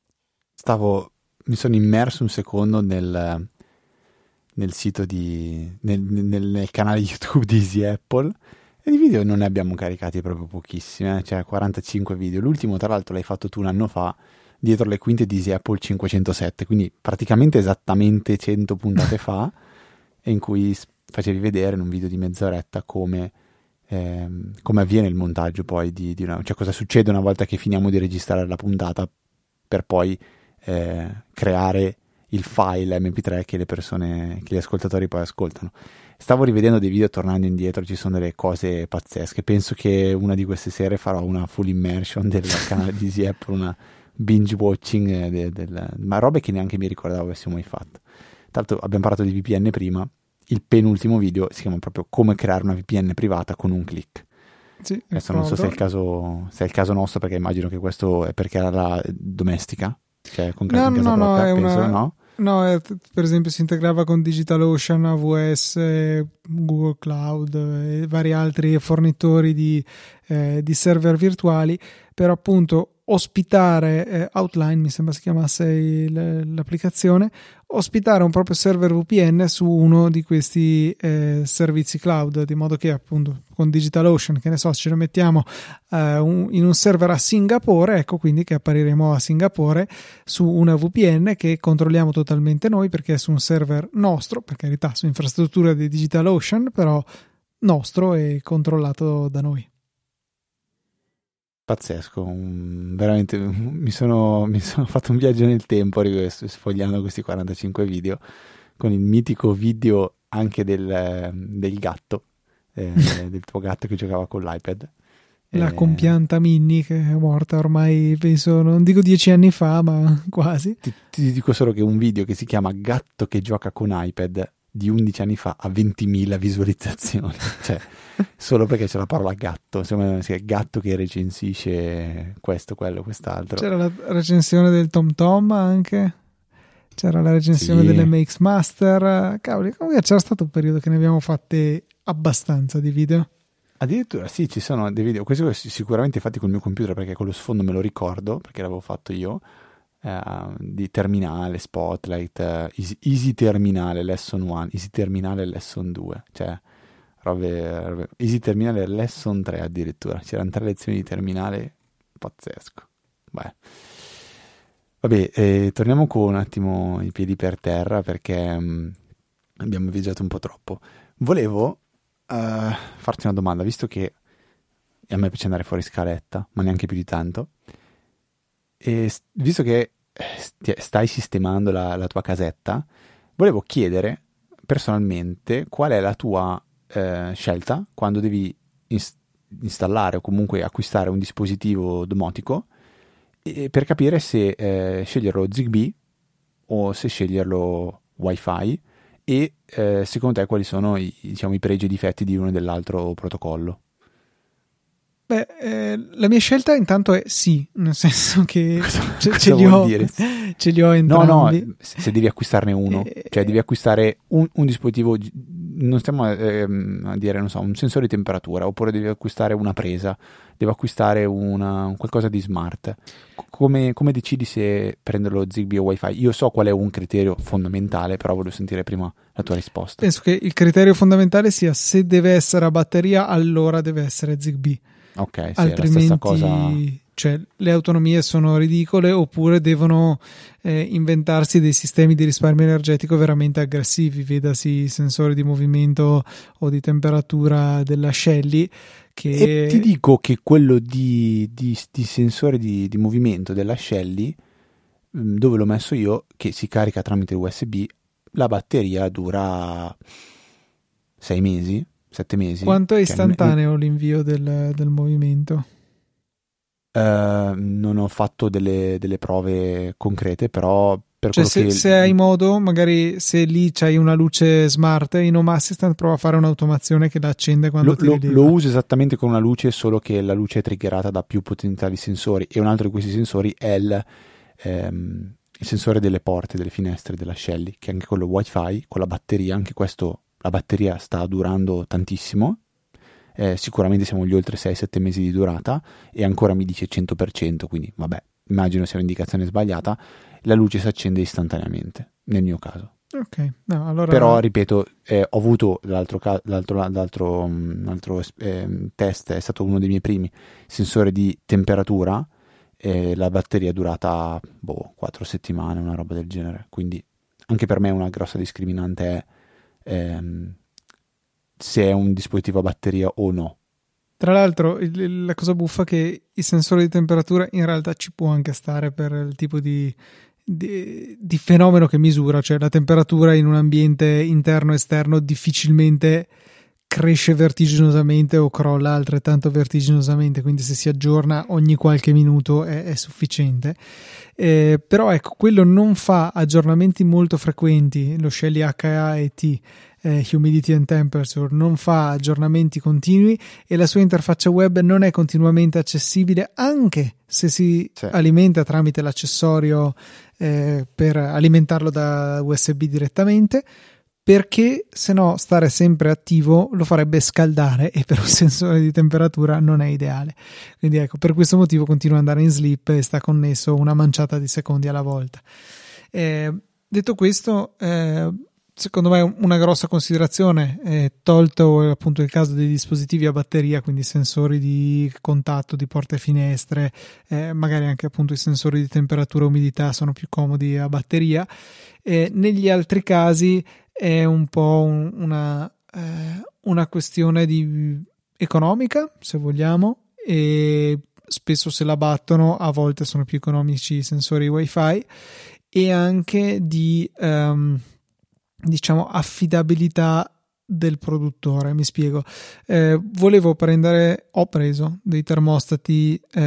Stavo mi sono immerso un secondo nel, nel sito di nel, nel, nel canale YouTube di Easy Apple, e di video non ne abbiamo caricati proprio pochissimi, eh? Cioè quarantacinque video. L'ultimo tra l'altro l'hai fatto tu un anno fa, dietro le quinte di Easy Apple cinquecentosette, quindi praticamente esattamente cento puntate fa, e in cui facevi vedere in un video di mezz'oretta come ehm, come avviene il montaggio poi di, di una, cioè cosa succede una volta che finiamo di registrare la puntata per poi Eh, creare il file emme pi tre che le persone, che gli ascoltatori poi ascoltano. Stavo rivedendo dei video tornando indietro, ci sono delle cose pazzesche. Penso che una di queste sere farò una full immersion del canale di Easy Apple, una binge watching del, del, ma robe che neanche mi ricordavo avessimo mai fatto. Tra l'altro abbiamo parlato di V P N prima, il penultimo video si chiama proprio come creare una V P N privata con un click. Sì, adesso non so se è il caso, se è il caso nostro, perché immagino che questo è perché era la domestica. Cioè, con no, casa no, propria, no, è penso, una... no? No, è, per esempio si integrava con DigitalOcean, A W S, Google Cloud e vari altri fornitori di, eh, di server virtuali, per appunto ospitare eh, Outline, mi sembra si chiamasse il, l'applicazione, ospitare un proprio server V P N su uno di questi eh, servizi cloud, di modo che appunto con DigitalOcean, che ne so, ce lo mettiamo eh, un, in un server a Singapore, ecco quindi che appariremo a Singapore su una V P N che controlliamo totalmente noi, perché è su un server nostro, per carità su infrastruttura di DigitalOcean, però nostro e controllato da noi. Pazzesco, um, veramente mi sono, mi sono fatto un viaggio nel tempo sfogliando questi quarantacinque video, con il mitico video anche del, del gatto, eh, del tuo gatto che giocava con l'iPad. La eh, compianta Minnie, che è morta ormai, penso, non dico dieci anni fa, ma quasi. Ti, ti dico solo che un video che si chiama Gatto che gioca con iPad di undici anni fa ha ventimila visualizzazioni, cioè solo perché c'è la parola gatto, insomma, è gatto che recensisce questo, quello, quest'altro. C'era la recensione del Tom Tom anche, c'era la recensione sì. delle Makes Master, cavoli, comunque c'era stato un periodo che ne abbiamo fatte abbastanza di video. Addirittura sì, ci sono dei video, questi sicuramente fatti col mio computer perché quello sfondo me lo ricordo, perché l'avevo fatto io, eh, di Terminale, Spotlight, eh, Easy, Easy Terminale, Lesson uno, Easy Terminale, Lesson due, cioè robe, robe Easy Terminale, Lesson tre addirittura, c'erano tre lezioni di Terminale, pazzesco. Beh. Vabbè, eh, torniamo con un attimo i piedi per terra perché mh, abbiamo viaggiato un po' troppo. Volevo Uh, farti una domanda, visto che a me piace andare fuori scaletta, ma neanche più di tanto, e visto che stai sistemando la, la tua casetta, volevo chiedere personalmente qual è la tua uh, scelta quando devi ins- installare o comunque acquistare un dispositivo domotico, e per capire se uh, sceglierlo Zigbee o se sceglierlo Wi-Fi. E eh, secondo te quali sono i, diciamo, i pregi e i difetti di uno e dell'altro protocollo? Beh, eh, la mia scelta intanto è sì, nel senso che cosa, ce, cosa ce, li ho, dire? ce li ho entrambi. No, no, se devi acquistarne uno, eh, cioè devi acquistare un, un dispositivo, non stiamo ehm, a dire, non so, un sensore di temperatura, oppure devi acquistare una presa, devi acquistare una, qualcosa di smart. Come, come decidi se prenderlo Zigbee o Wi-Fi? Io so qual è un criterio fondamentale, però voglio sentire prima la tua risposta. Penso che il criterio fondamentale sia se deve essere a batteria, allora deve essere Zigbee. Ok, sì, altrimenti, è la stessa cosa. Cioè, le autonomie sono ridicole, oppure devono eh, inventarsi dei sistemi di risparmio energetico veramente aggressivi, vedasi sensori di movimento o di temperatura della Shelly. Che... E ti dico che quello di, di, di sensore di, di movimento della Shelly, dove l'ho messo io, che si carica tramite U S B, la batteria dura sei mesi, sette mesi. Quanto è cioè, istantaneo non... l'invio del, del movimento? Uh, non ho fatto delle, delle prove concrete, però per cioè quello se, che... se hai modo, magari se lì c'hai una luce smart in Home Assistant, prova a fare un'automazione che la accende quando lo, ti lo, rileva. lo uso esattamente con una luce, solo che la luce è triggerata da più potenziali sensori, e un altro di questi sensori è il, ehm, il sensore delle porte, delle finestre della Shelly, che è anche quello Wi-Fi con la batteria. Anche questo, la batteria sta durando tantissimo. Eh, sicuramente siamo gli oltre sei sette mesi di durata, e ancora mi dice cento per cento, quindi vabbè, immagino sia un'indicazione sbagliata. La luce si accende istantaneamente nel mio caso. Ok, no, allora... Però ripeto, eh, ho avuto l'altro, ca- l'altro, l'altro, um, l'altro eh, test, è stato uno dei miei primi, sensore di temperatura, e la batteria è durata boh, quattro settimane, una roba del genere. Quindi anche per me una grossa discriminante è ehm, se è un dispositivo a batteria o no. Tra l'altro, il, la cosa buffa è che il sensore di temperatura in realtà ci può anche stare per il tipo di, di, di fenomeno che misura, cioè la temperatura in un ambiente interno o esterno difficilmente cresce vertiginosamente o crolla altrettanto vertiginosamente, quindi se si aggiorna ogni qualche minuto è, è sufficiente. Eh, però ecco, quello non fa aggiornamenti molto frequenti, lo Shelly H A E T, eh, Humidity and Temperature, non fa aggiornamenti continui, e la sua interfaccia web non è continuamente accessibile, anche se si sì. alimenta tramite l'accessorio eh, per alimentarlo da U S B direttamente, perché se no stare sempre attivo lo farebbe scaldare, e per un sensore di temperatura non è ideale. Quindi ecco, per questo motivo continua ad andare in sleep e sta connesso una manciata di secondi alla volta. Eh, detto questo, eh, secondo me una grossa considerazione, eh, tolto appunto il caso dei dispositivi a batteria, quindi sensori di contatto di porte e finestre, eh, magari anche appunto i sensori di temperatura e umidità sono più comodi a batteria. Eh, negli altri casi è un po' un, una, eh, una questione di economica, se vogliamo, e spesso se la battono, a volte sono più economici i sensori Wi-Fi, e anche di um, diciamo affidabilità del produttore. Mi spiego, eh, volevo prendere ho preso dei termostati eh,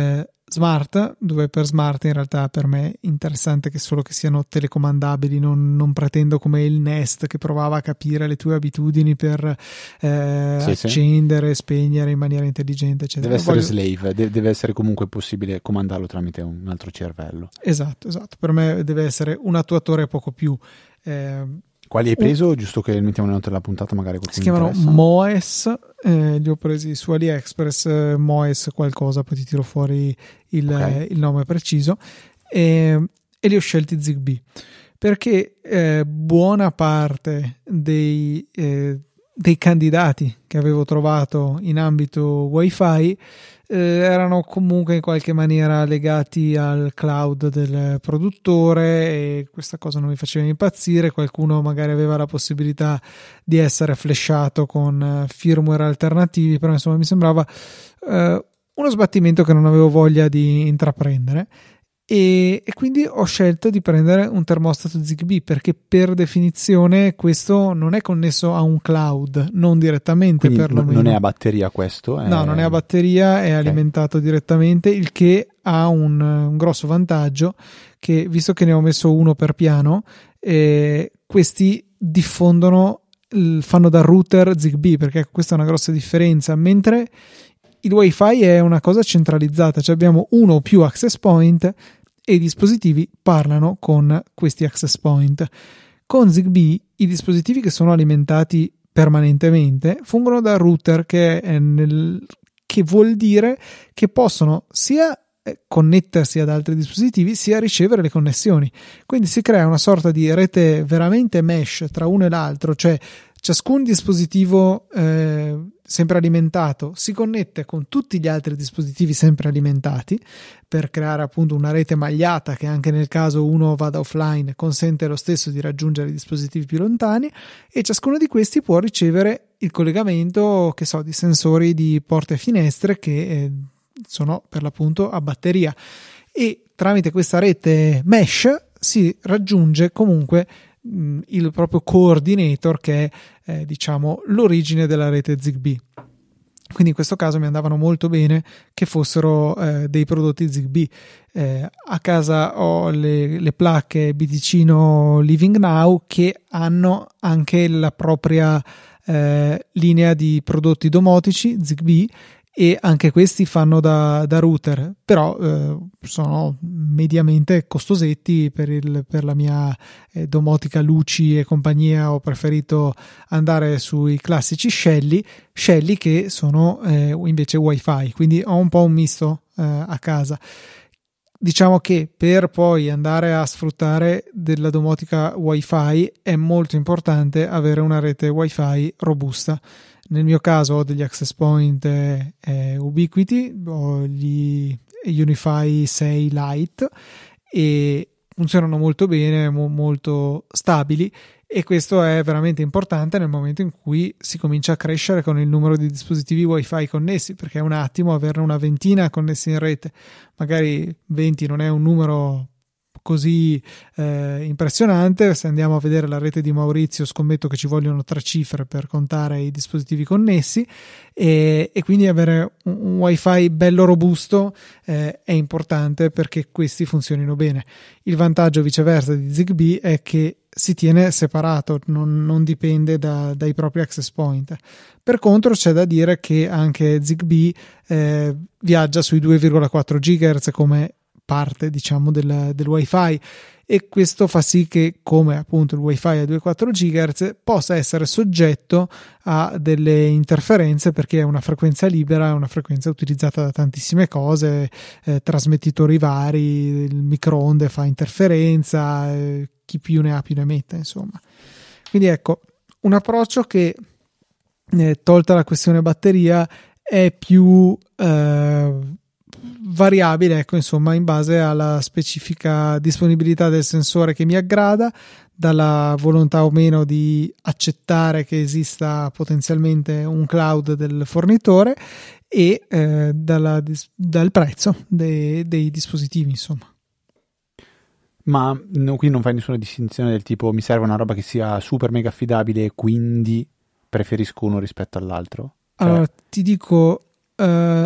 smart, dove per smart in realtà per me è interessante che solo che siano telecomandabili, non, non pretendo come il Nest che provava a capire le tue abitudini per eh, sì, accendere e sì. spegnere in maniera intelligente, eccetera. Deve essere Voglio... slave, deve, deve essere comunque possibile comandarlo tramite un altro cervello. Esatto, esatto, per me deve essere un attuatore poco più. Eh, Quali hai preso? Un... Giusto che mettiamo le note della puntata, magari si chiamano Moes, eh, li ho presi su AliExpress, eh, Moes qualcosa, poi ti tiro fuori il, okay. il nome preciso, e, e li ho scelti Zigbee perché eh, buona parte dei, eh, dei candidati che avevo trovato in ambito Wi-Fi eh, erano comunque in qualche maniera legati al cloud del produttore, e questa cosa non mi faceva impazzire. Qualcuno magari aveva la possibilità di essere flashato con firmware alternativi, però insomma mi sembrava eh, uno sbattimento che non avevo voglia di intraprendere. E, e quindi ho scelto di prendere un termostato Zigbee perché per definizione questo non è connesso a un cloud, non direttamente. Quindi perlomeno non è a batteria questo? È... No, non è a batteria, è okay. alimentato direttamente, il che ha un, un grosso vantaggio, che visto che ne ho messo uno per piano, eh, questi diffondono, fanno da router Zigbee, perché questa è una grossa differenza, mentre il Wi-Fi è una cosa centralizzata, cioè abbiamo uno o più access point e i dispositivi parlano con questi access point. Con Zigbee i dispositivi che sono alimentati permanentemente fungono da router, che, è nel, che vuol dire che possono sia connettersi ad altri dispositivi sia ricevere le connessioni. Quindi si crea una sorta di rete veramente mesh tra uno e l'altro, cioè ciascun dispositivo eh, sempre alimentato si connette con tutti gli altri dispositivi sempre alimentati per creare appunto una rete magliata che anche nel caso uno vada offline consente lo stesso di raggiungere i dispositivi più lontani, e ciascuno di questi può ricevere il collegamento, che so, di sensori di porte e finestre che eh, sono per l'appunto a batteria, e tramite questa rete mesh si raggiunge comunque il proprio coordinator, che è eh, diciamo l'origine della rete Zigbee. Quindi in questo caso mi andavano molto bene che fossero eh, dei prodotti Zigbee. Eh, a casa ho le, le placche Biticino Living Now che hanno anche la propria eh, linea di prodotti domotici Zigbee, e anche questi fanno da, da router, però eh, sono mediamente costosetti. Per, il, per la mia eh, domotica Luci e compagnia ho preferito andare sui classici Shelly, Shelly che sono eh, invece Wi-Fi, quindi ho un po' un misto eh, a casa. Diciamo che per poi andare a sfruttare della domotica Wi-Fi è molto importante avere una rete Wi-Fi robusta. Nel mio caso ho degli access point eh, eh, Ubiquiti, ho gli Unify sei Lite e funzionano molto bene, mo- molto stabili, e questo è veramente importante nel momento in cui si comincia a crescere con il numero di dispositivi Wi-Fi connessi, perché è un attimo averne una ventina connessi in rete. Magari venti non è un numero così eh, impressionante. Se andiamo a vedere la rete di Maurizio scommetto che ci vogliono tre cifre per contare i dispositivi connessi, e, e quindi avere un, un Wi-Fi bello robusto eh, è importante perché questi funzionino bene. Il vantaggio viceversa di Zigbee è che si tiene separato, non, non dipende da, dai propri access point. Per contro c'è da dire che anche Zigbee eh, viaggia sui due virgola quattro gigahertz come parte diciamo del, del Wi-Fi, e questo fa sì che, come appunto il Wi-Fi a due virgola quattro gigahertz, possa essere soggetto a delle interferenze, perché è una frequenza libera, è una frequenza utilizzata da tantissime cose, eh, trasmettitori vari, il microonde fa interferenza, eh, chi più ne ha più ne metta, insomma. Quindi ecco, un approccio che eh, tolta la questione batteria è più eh, variabile, ecco, insomma, in base alla specifica disponibilità del sensore che mi aggrada, dalla volontà o meno di accettare che esista potenzialmente un cloud del fornitore, e eh, dalla, dal prezzo dei, dei dispositivi, insomma. Ma no, qui non fai nessuna distinzione del tipo mi serve una roba che sia super mega affidabile, quindi preferisco uno rispetto all'altro? Cioè... Allora, ti dico, uh,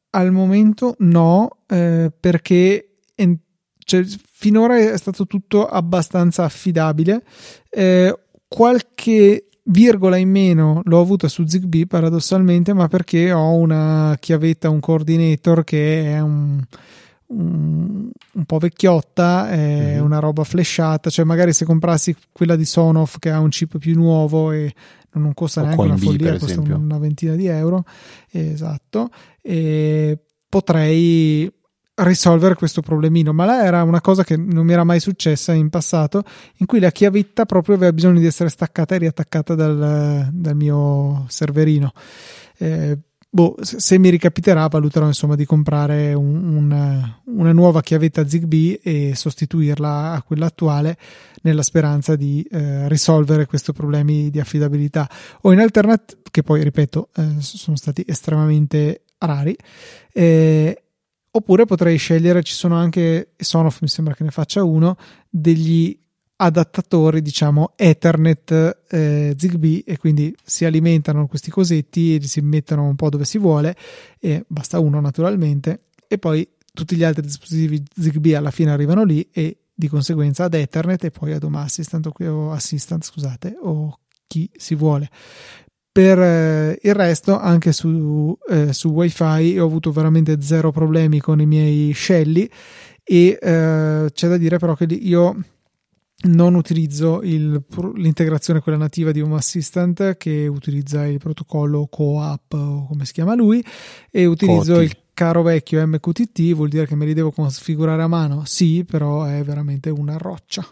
al momento no, eh, perché en- cioè, finora è stato tutto abbastanza affidabile. Eh, qualche virgola in meno l'ho avuta su Zigbee paradossalmente, ma perché ho una chiavetta, un coordinator che è un, un, un po' vecchiotta, è Mhm. una roba flashata, cioè magari se comprassi quella di Sonoff che ha un chip più nuovo e non costa O neanche una Coin Bee, follia, per costa esempio. una ventina di euro, esatto, e potrei risolvere questo problemino, ma là era una cosa che non mi era mai successa in passato, in cui la chiavetta proprio aveva bisogno di essere staccata e riattaccata dal, dal mio serverino. Eh, boh, se mi ricapiterà valuterò insomma di comprare un, una, una nuova chiavetta Zigbee e sostituirla a quella attuale, nella speranza di eh, risolvere questi problemi di affidabilità, o in alternativa, che poi ripeto eh, sono stati estremamente rari, eh, oppure potrei scegliere, ci sono anche, Sonoff mi sembra che ne faccia uno, degli adattatori diciamo Ethernet eh, Zigbee, e quindi si alimentano questi cosetti e si mettono un po' dove si vuole, e basta uno naturalmente, e poi tutti gli altri dispositivi Zigbee alla fine arrivano lì e di conseguenza ad Ethernet e poi ad Home Assistant o, o Assistant, scusate, o chi si vuole. Per eh, il resto, anche su, eh, su Wi-Fi ho avuto veramente zero problemi con i miei Shelly, e eh, c'è da dire però che io non utilizzo il, l'integrazione quella nativa di Home Assistant, che utilizza il protocollo CoAP o come si chiama lui, e utilizzo Coti. il caro vecchio M Q T T. Vuol dire che me li devo configurare a mano? Sì, però è veramente una roccia.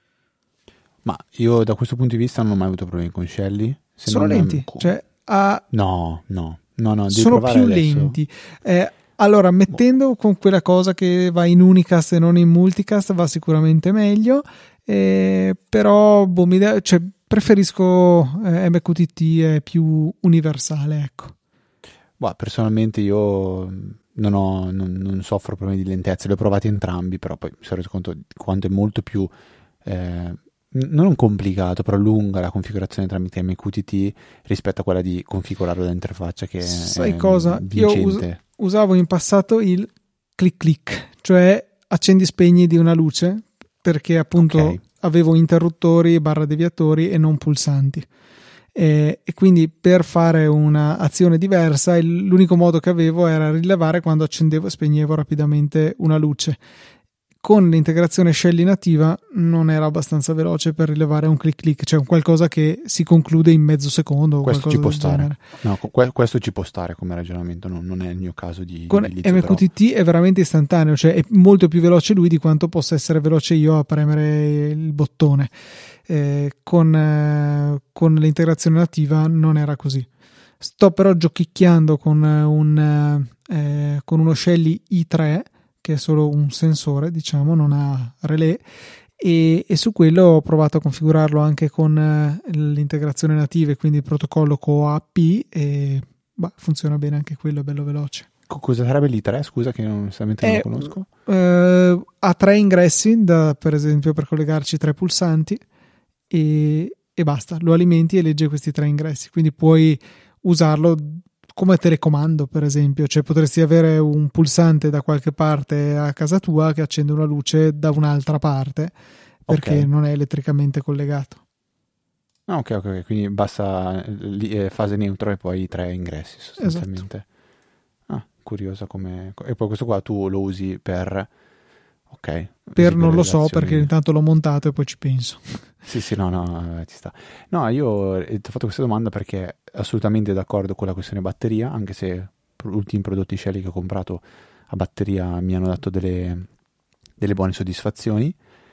Ma io da questo punto di vista non ho mai avuto problemi con Shelly. Se Sono non... lenti, cioè ha... No, no, no, no, devi sono provare più adesso. lenti. Eh, allora, mettendo con quella cosa che va in unicast e non in multicast va sicuramente meglio, eh, però boh, mi da, cioè, preferisco eh, M Q T T, è più universale, ecco. Boh, personalmente io non, ho, non, non soffro problemi di lentezza, li ho provati entrambi, però poi mi sono reso conto di quanto è molto più... Eh, non complicato, però lunga la configurazione tramite M Q T T rispetto a quella di configurarlo dall'interfaccia, che Sai è cosa? Io us- vincente. usavo in passato il click click, cioè accendi spegni di una luce, perché appunto Ok. avevo interruttori barra deviatori e non pulsanti. E, e quindi per fare un'azione diversa il, l'unico modo che avevo era rilevare quando accendevo e spegnevo rapidamente una luce. Con l'integrazione Shelly nativa non era abbastanza veloce per rilevare un click click, cioè un qualcosa che si conclude in mezzo secondo o Questo ci qualcosa può del stare. genere. No, que- questo ci può stare come ragionamento, non, non è il mio caso di Con utilizzo, M Q T T però. è veramente istantaneo, cioè è molto più veloce lui di quanto possa essere veloce io a premere il bottone. Eh, con, eh, con l'integrazione nativa non era così. Sto però giochicchiando con, un, eh, con uno Shelly i tre, che è solo un sensore, diciamo, non ha relè, e, e su quello ho provato a configurarlo anche con eh, l'integrazione nativa, quindi il protocollo CoAP, e bah, funziona bene anche quello, è bello veloce. Co- Cosa sarebbe l'I tre? Scusa, che onestamente non È, lo conosco. eh, ha tre ingressi, da, per esempio per collegarci tre pulsanti, e, e basta, lo alimenti e legge questi tre ingressi, quindi puoi usarlo come telecomando, per esempio, cioè potresti avere un pulsante da qualche parte a casa tua che accende una luce da un'altra parte, perché Ok. non è elettricamente collegato. Ah, ok, ok, ok, quindi basta li- eh, fase neutro e poi tre ingressi sostanzialmente. Ah, curiosa come... E poi questo qua tu lo usi per... Ok. Per non lo eseguire so, l'azione- perché intanto l'ho montato e poi ci penso. Sì, sì, no, no, eh, ci sta. No, io eh, ti ho fatto questa domanda perché assolutamente d'accordo con la questione batteria, anche se gli ultimi prodotti Shelly che ho comprato a batteria mi hanno dato delle, delle buone soddisfazioni.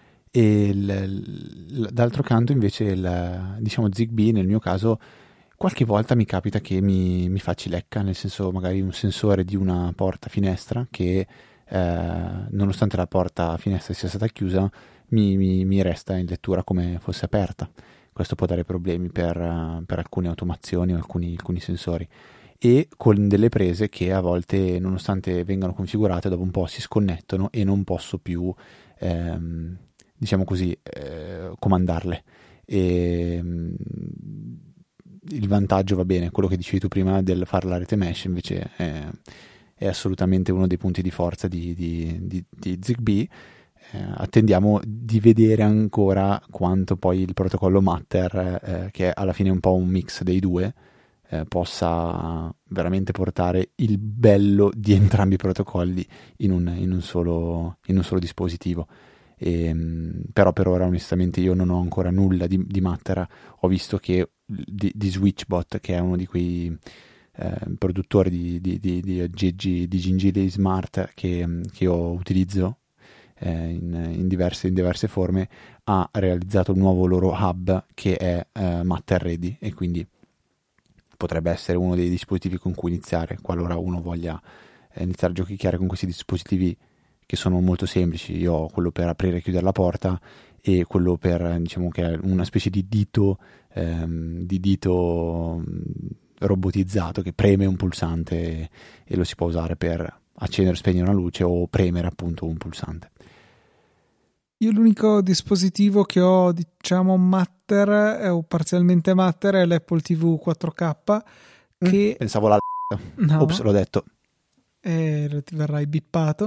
E il- il- d'altro canto invece il, diciamo Zigbee nel mio caso qualche volta mi capita che mi, mi fa cilecca, nel senso magari un sensore di una porta finestra che eh, nonostante la porta finestra sia stata chiusa mi, mi- mi resta in lettura come fosse aperta. Questo può dare problemi per, eh, per alcune automazioni o alcuni, alcuni sensori, e con delle prese che a volte nonostante vengano configurate dopo un po' si sconnettono e non posso più ehm, diciamo così, eh, comandarle. E, mh, il vantaggio va bene, quello che dicevi tu prima del fare la rete mesh invece è, è assolutamente uno dei punti di forza di, di, di, di Zigbee. Eh, attendiamo di vedere ancora quanto poi il protocollo Matter, eh, che è alla fine un po' un mix dei due, eh, possa veramente portare il bello di entrambi i protocolli in un, in un, solo, in un solo dispositivo. E, però per ora onestamente io non ho ancora nulla di, di Matter. Ho visto che di, di Switchbot, che è uno di quei eh, produttori di, di, di, di aggeggi di gingilli smart che, che io utilizzo In, in, diverse, in diverse forme, ha realizzato un nuovo loro hub che è eh, Matter Ready, e quindi potrebbe essere uno dei dispositivi con cui iniziare qualora uno voglia eh, iniziare a giochicchiare con questi dispositivi che sono molto semplici. Io ho quello per aprire e chiudere la porta e quello per, diciamo, che è una specie di dito ehm, di dito robotizzato che preme un pulsante e, e lo si può usare per accendere o spegnere una luce o premere appunto un pulsante. Io l'unico dispositivo che ho, diciamo, Matter o parzialmente Matter è l'Apple ti vu quattro K che... Mm, pensavo la... No, Ops, l'ho detto. Eh, ti verrai bippato.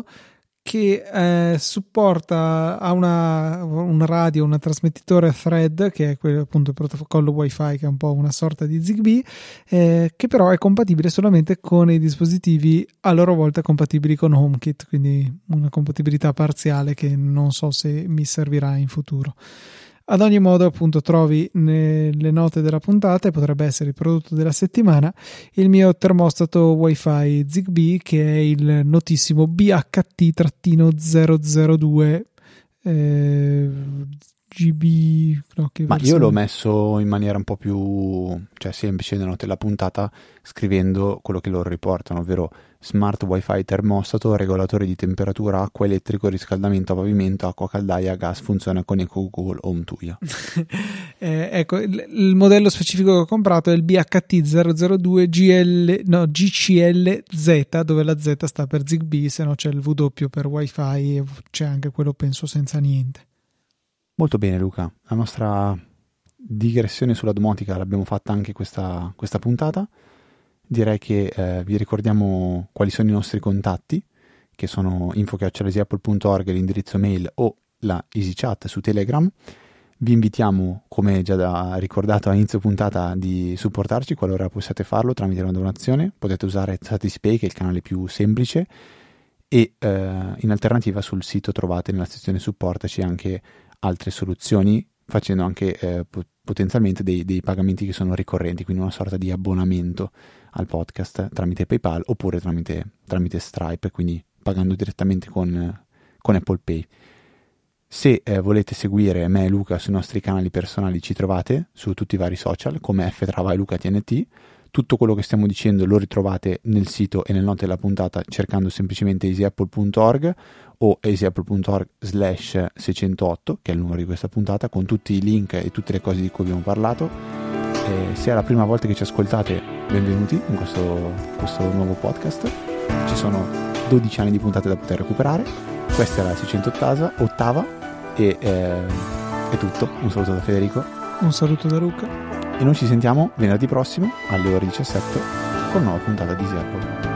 Che eh, supporta ha una, un radio, un trasmettitore Thread, che è quello, appunto, il protocollo Wi-Fi, che è un po' una sorta di Zigbee, eh, che però è compatibile solamente con i dispositivi a loro volta compatibili con HomeKit, quindi una compatibilità parziale che non so se mi servirà in futuro. Ad ogni modo, appunto, trovi nelle note della puntata, e potrebbe essere il prodotto della settimana, il mio termostato Wi-Fi Zigbee, che è il notissimo B H T zero zero due eh, G B. No, che Ma versione? io l'ho messo in maniera un po' più, cioè, semplice nelle note della puntata, scrivendo quello che loro riportano, ovvero smart wifi termostato, regolatore di temperatura, acqua, elettrico, riscaldamento a pavimento, acqua caldaia, gas, funziona con Eco Google Home Tuya. eh, ecco, il, il modello specifico che ho comprato è il B H T zero zero due G L, no, G C L Z, dove la Z sta per Zigbee, se no c'è il W per Wi-Fi e c'è anche quello, penso, senza niente. Molto bene, Luca, la nostra digressione sulla domotica l'abbiamo fatta anche questa, questa puntata. Direi che eh, vi ricordiamo quali sono i nostri contatti, che sono info chiocciola easy apple punto org, l'indirizzo mail, o la EasyChat su Telegram. Vi invitiamo, come già da ricordato a inizio puntata, di supportarci qualora possiate farlo tramite una donazione. Potete usare Satispay, che è il canale più semplice, e eh, in alternativa sul sito trovate nella sezione supportaci anche altre soluzioni, facendo anche eh, potenzialmente dei, dei pagamenti che sono ricorrenti, quindi una sorta di abbonamento al podcast tramite PayPal oppure tramite, tramite Stripe, quindi pagando direttamente con, con Apple Pay. Se eh, volete seguire me e Luca sui nostri canali personali, ci trovate su tutti i vari social come ftrava e Luca T N T. Tutto quello che stiamo dicendo lo ritrovate nel sito e nelle note della puntata cercando semplicemente easy apple punto org o easy apple punto org slash seicentootto, che è il numero di questa puntata, con tutti i link e tutte le cose di cui abbiamo parlato. E se è la prima volta che ci ascoltate, benvenuti in questo, questo nuovo podcast. Ci sono dodici anni di puntate da poter recuperare. Questa è la seicentottava e eh, è tutto. Un saluto da Federico, un saluto da Luca, e noi ci sentiamo venerdì prossimo alle ore diciassette con una nuova puntata di Easy Apple.